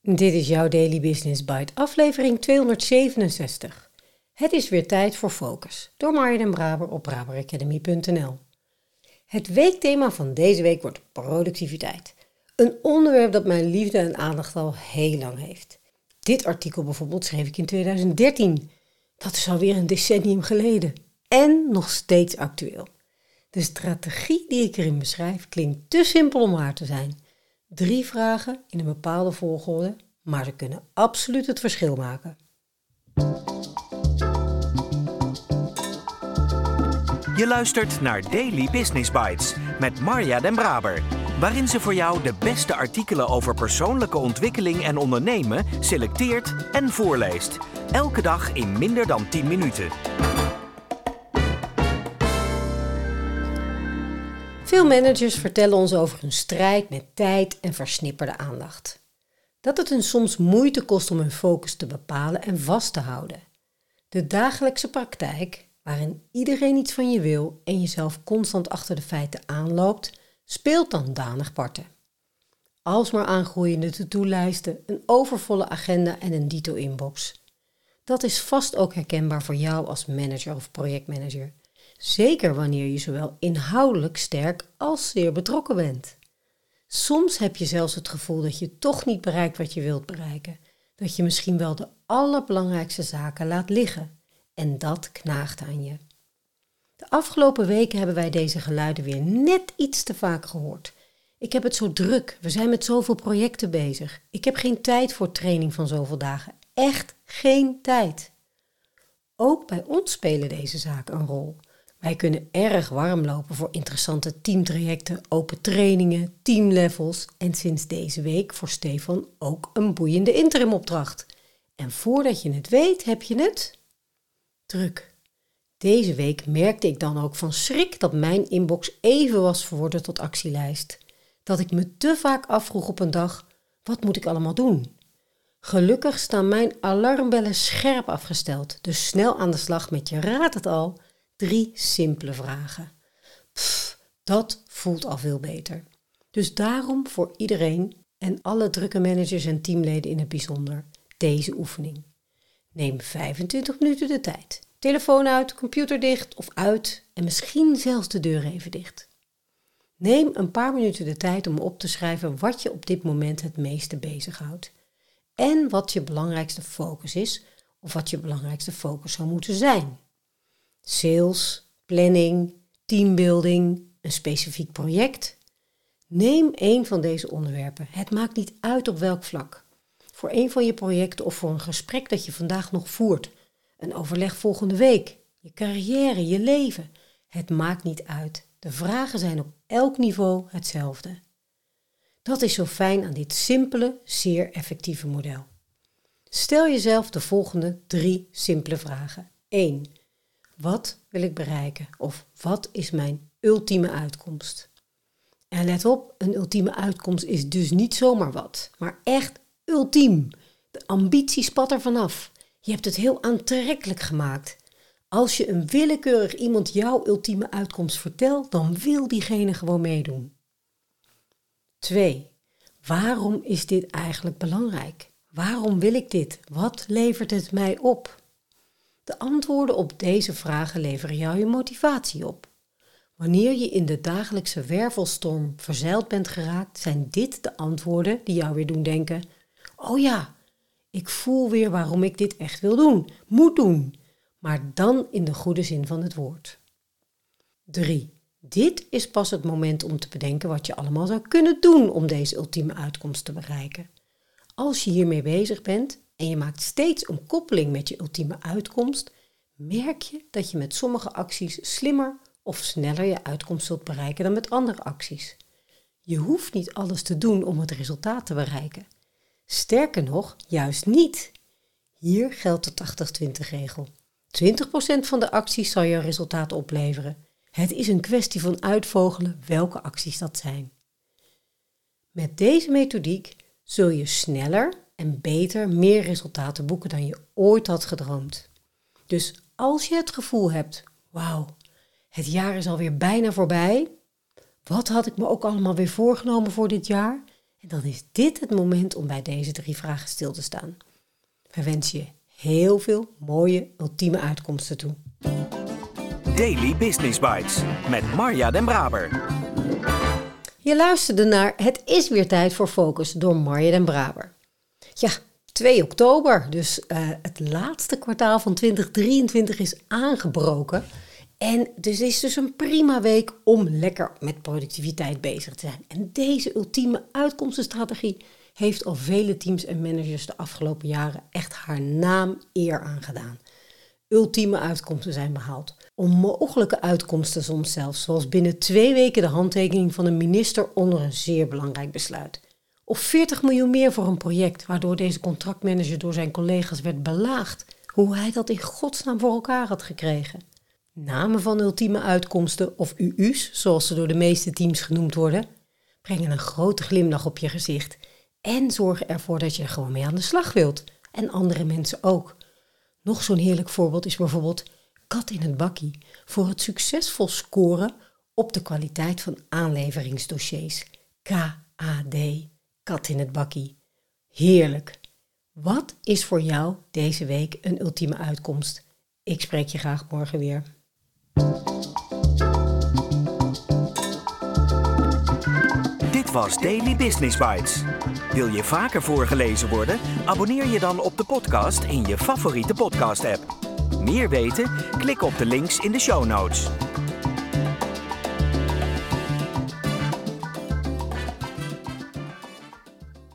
Dit is jouw Daily Business Bite, aflevering 267. Het is weer tijd voor Focus, door Marja den Braber op braberacademy.nl. Het weekthema van deze week wordt productiviteit. Een onderwerp dat mijn liefde en aandacht al heel lang heeft. Dit artikel bijvoorbeeld schreef ik in 2013. Dat is alweer een decennium geleden. En nog steeds actueel. De strategie die ik erin beschrijf klinkt te simpel om waar te zijn. 3 vragen in een bepaalde volgorde, maar ze kunnen absoluut het verschil maken. Je luistert naar Daily Business Bites met Marja den Braber, waarin ze voor jou de beste artikelen over persoonlijke ontwikkeling en ondernemen selecteert en voorleest. Elke dag in minder dan 10 minuten. Veel managers vertellen ons over hun strijd met tijd en versnipperde aandacht. Dat het hun soms moeite kost om hun focus te bepalen en vast te houden. De dagelijkse praktijk, waarin iedereen iets van je wil en jezelf constant achter de feiten aanloopt, speelt dan danig parten. Alsmaar aangroeiende to-do-lijsten, een overvolle agenda en een dito-inbox. Dat is vast ook herkenbaar voor jou als manager of projectmanager. Zeker wanneer je zowel inhoudelijk sterk als zeer betrokken bent. Soms heb je zelfs het gevoel dat je toch niet bereikt wat je wilt bereiken. Dat je misschien wel de allerbelangrijkste zaken laat liggen. En dat knaagt aan je. De afgelopen weken hebben wij deze geluiden weer net iets te vaak gehoord. Ik heb het zo druk, we zijn met zoveel projecten bezig. Ik heb geen tijd voor training van zoveel dagen. Echt geen tijd. Ook bij ons spelen deze zaken een rol. Wij kunnen erg warm lopen voor interessante teamtrajecten, open trainingen, teamlevels en sinds deze week voor Stefan ook een boeiende interimopdracht. En voordat je het weet, heb je het druk. Deze week merkte ik dan ook van schrik dat mijn inbox even was verworden tot actielijst. Dat ik me te vaak afvroeg op een dag, wat moet ik allemaal doen? Gelukkig staan mijn alarmbellen scherp afgesteld, dus snel aan de slag met, je raadt het al, 3 simpele vragen. Dat voelt al veel beter. Dus daarom voor iedereen en alle drukke managers en teamleden in het bijzonder deze oefening. Neem 25 minuten de tijd. Telefoon uit, computer dicht of uit en misschien zelfs de deur even dicht. Neem een paar minuten de tijd om op te schrijven wat je op dit moment het meeste bezighoudt. En wat je belangrijkste focus is of wat je belangrijkste focus zou moeten zijn. Sales, planning, teambuilding, een specifiek project. Neem een van deze onderwerpen. Het maakt niet uit op welk vlak. Voor een van je projecten of voor een gesprek dat je vandaag nog voert. Een overleg volgende week. Je carrière, je leven. Het maakt niet uit. De vragen zijn op elk niveau hetzelfde. Dat is zo fijn aan dit simpele, zeer effectieve model. Stel jezelf de volgende 3 simpele vragen. 1. Wat wil ik bereiken? Of wat is mijn ultieme uitkomst? En let op, een ultieme uitkomst is dus niet zomaar wat, maar echt ultiem. De ambitie spat er vanaf. Je hebt het heel aantrekkelijk gemaakt. Als je een willekeurig iemand jouw ultieme uitkomst vertelt, dan wil diegene gewoon meedoen. 2. Waarom is dit eigenlijk belangrijk? Waarom wil ik dit? Wat levert het mij op? De antwoorden op deze vragen leveren jou je motivatie op. Wanneer je in de dagelijkse wervelstorm verzeild bent geraakt, zijn dit de antwoorden die jou weer doen denken: oh ja, ik voel weer waarom ik dit echt wil doen, moet doen. Maar dan in de goede zin van het woord. 3. Dit is pas het moment om te bedenken wat je allemaal zou kunnen doen om deze ultieme uitkomst te bereiken. Als je hiermee bezig bent en je maakt steeds een koppeling met je ultieme uitkomst, merk je dat je met sommige acties slimmer of sneller je uitkomst zult bereiken dan met andere acties. Je hoeft niet alles te doen om het resultaat te bereiken. Sterker nog, juist niet. Hier geldt de 80-20 regel. 20% van de acties zal je resultaat opleveren. Het is een kwestie van uitvogelen welke acties dat zijn. Met deze methodiek zul je sneller en beter meer resultaten boeken dan je ooit had gedroomd. Dus als je het gevoel hebt, wauw, het jaar is alweer bijna voorbij. Wat had ik me ook allemaal weer voorgenomen voor dit jaar? En dan is dit het moment om bij deze 3 vragen stil te staan. We wensen je heel veel mooie ultieme uitkomsten toe. Daily Business Bites met Marja Den Braber. Je luisterde naar Het is weer tijd voor Focus door Marja Den Braber. Ja, 2 oktober, dus het laatste kwartaal van 2023 is aangebroken. En dus is dus een prima week om lekker met productiviteit bezig te zijn. En deze ultieme uitkomstenstrategie heeft al vele teams en managers de afgelopen jaren echt haar naam eer aangedaan. Ultieme uitkomsten zijn behaald. Onmogelijke uitkomsten soms zelfs, zoals binnen 2 weken de handtekening van een minister onder een zeer belangrijk besluit. Of 40 miljoen meer voor een project, waardoor deze contractmanager door zijn collega's werd belaagd. Hoe hij dat in godsnaam voor elkaar had gekregen. Namen van ultieme uitkomsten, of UU's, zoals ze door de meeste teams genoemd worden, brengen een grote glimlach op je gezicht en zorgen ervoor dat je er gewoon mee aan de slag wilt. En andere mensen ook. Nog zo'n heerlijk voorbeeld is bijvoorbeeld Kat in het bakkie voor het succesvol scoren op de kwaliteit van aanleveringsdossiers. KAD, Kat in het bakkie. Heerlijk. Wat is voor jou deze week een ultieme uitkomst? Ik spreek je graag morgen weer. Dit was Daily Business Bites. Wil je vaker voorgelezen worden? Abonneer je dan op de podcast in je favoriete podcast-app. Meer weten? Klik op de links in de show notes.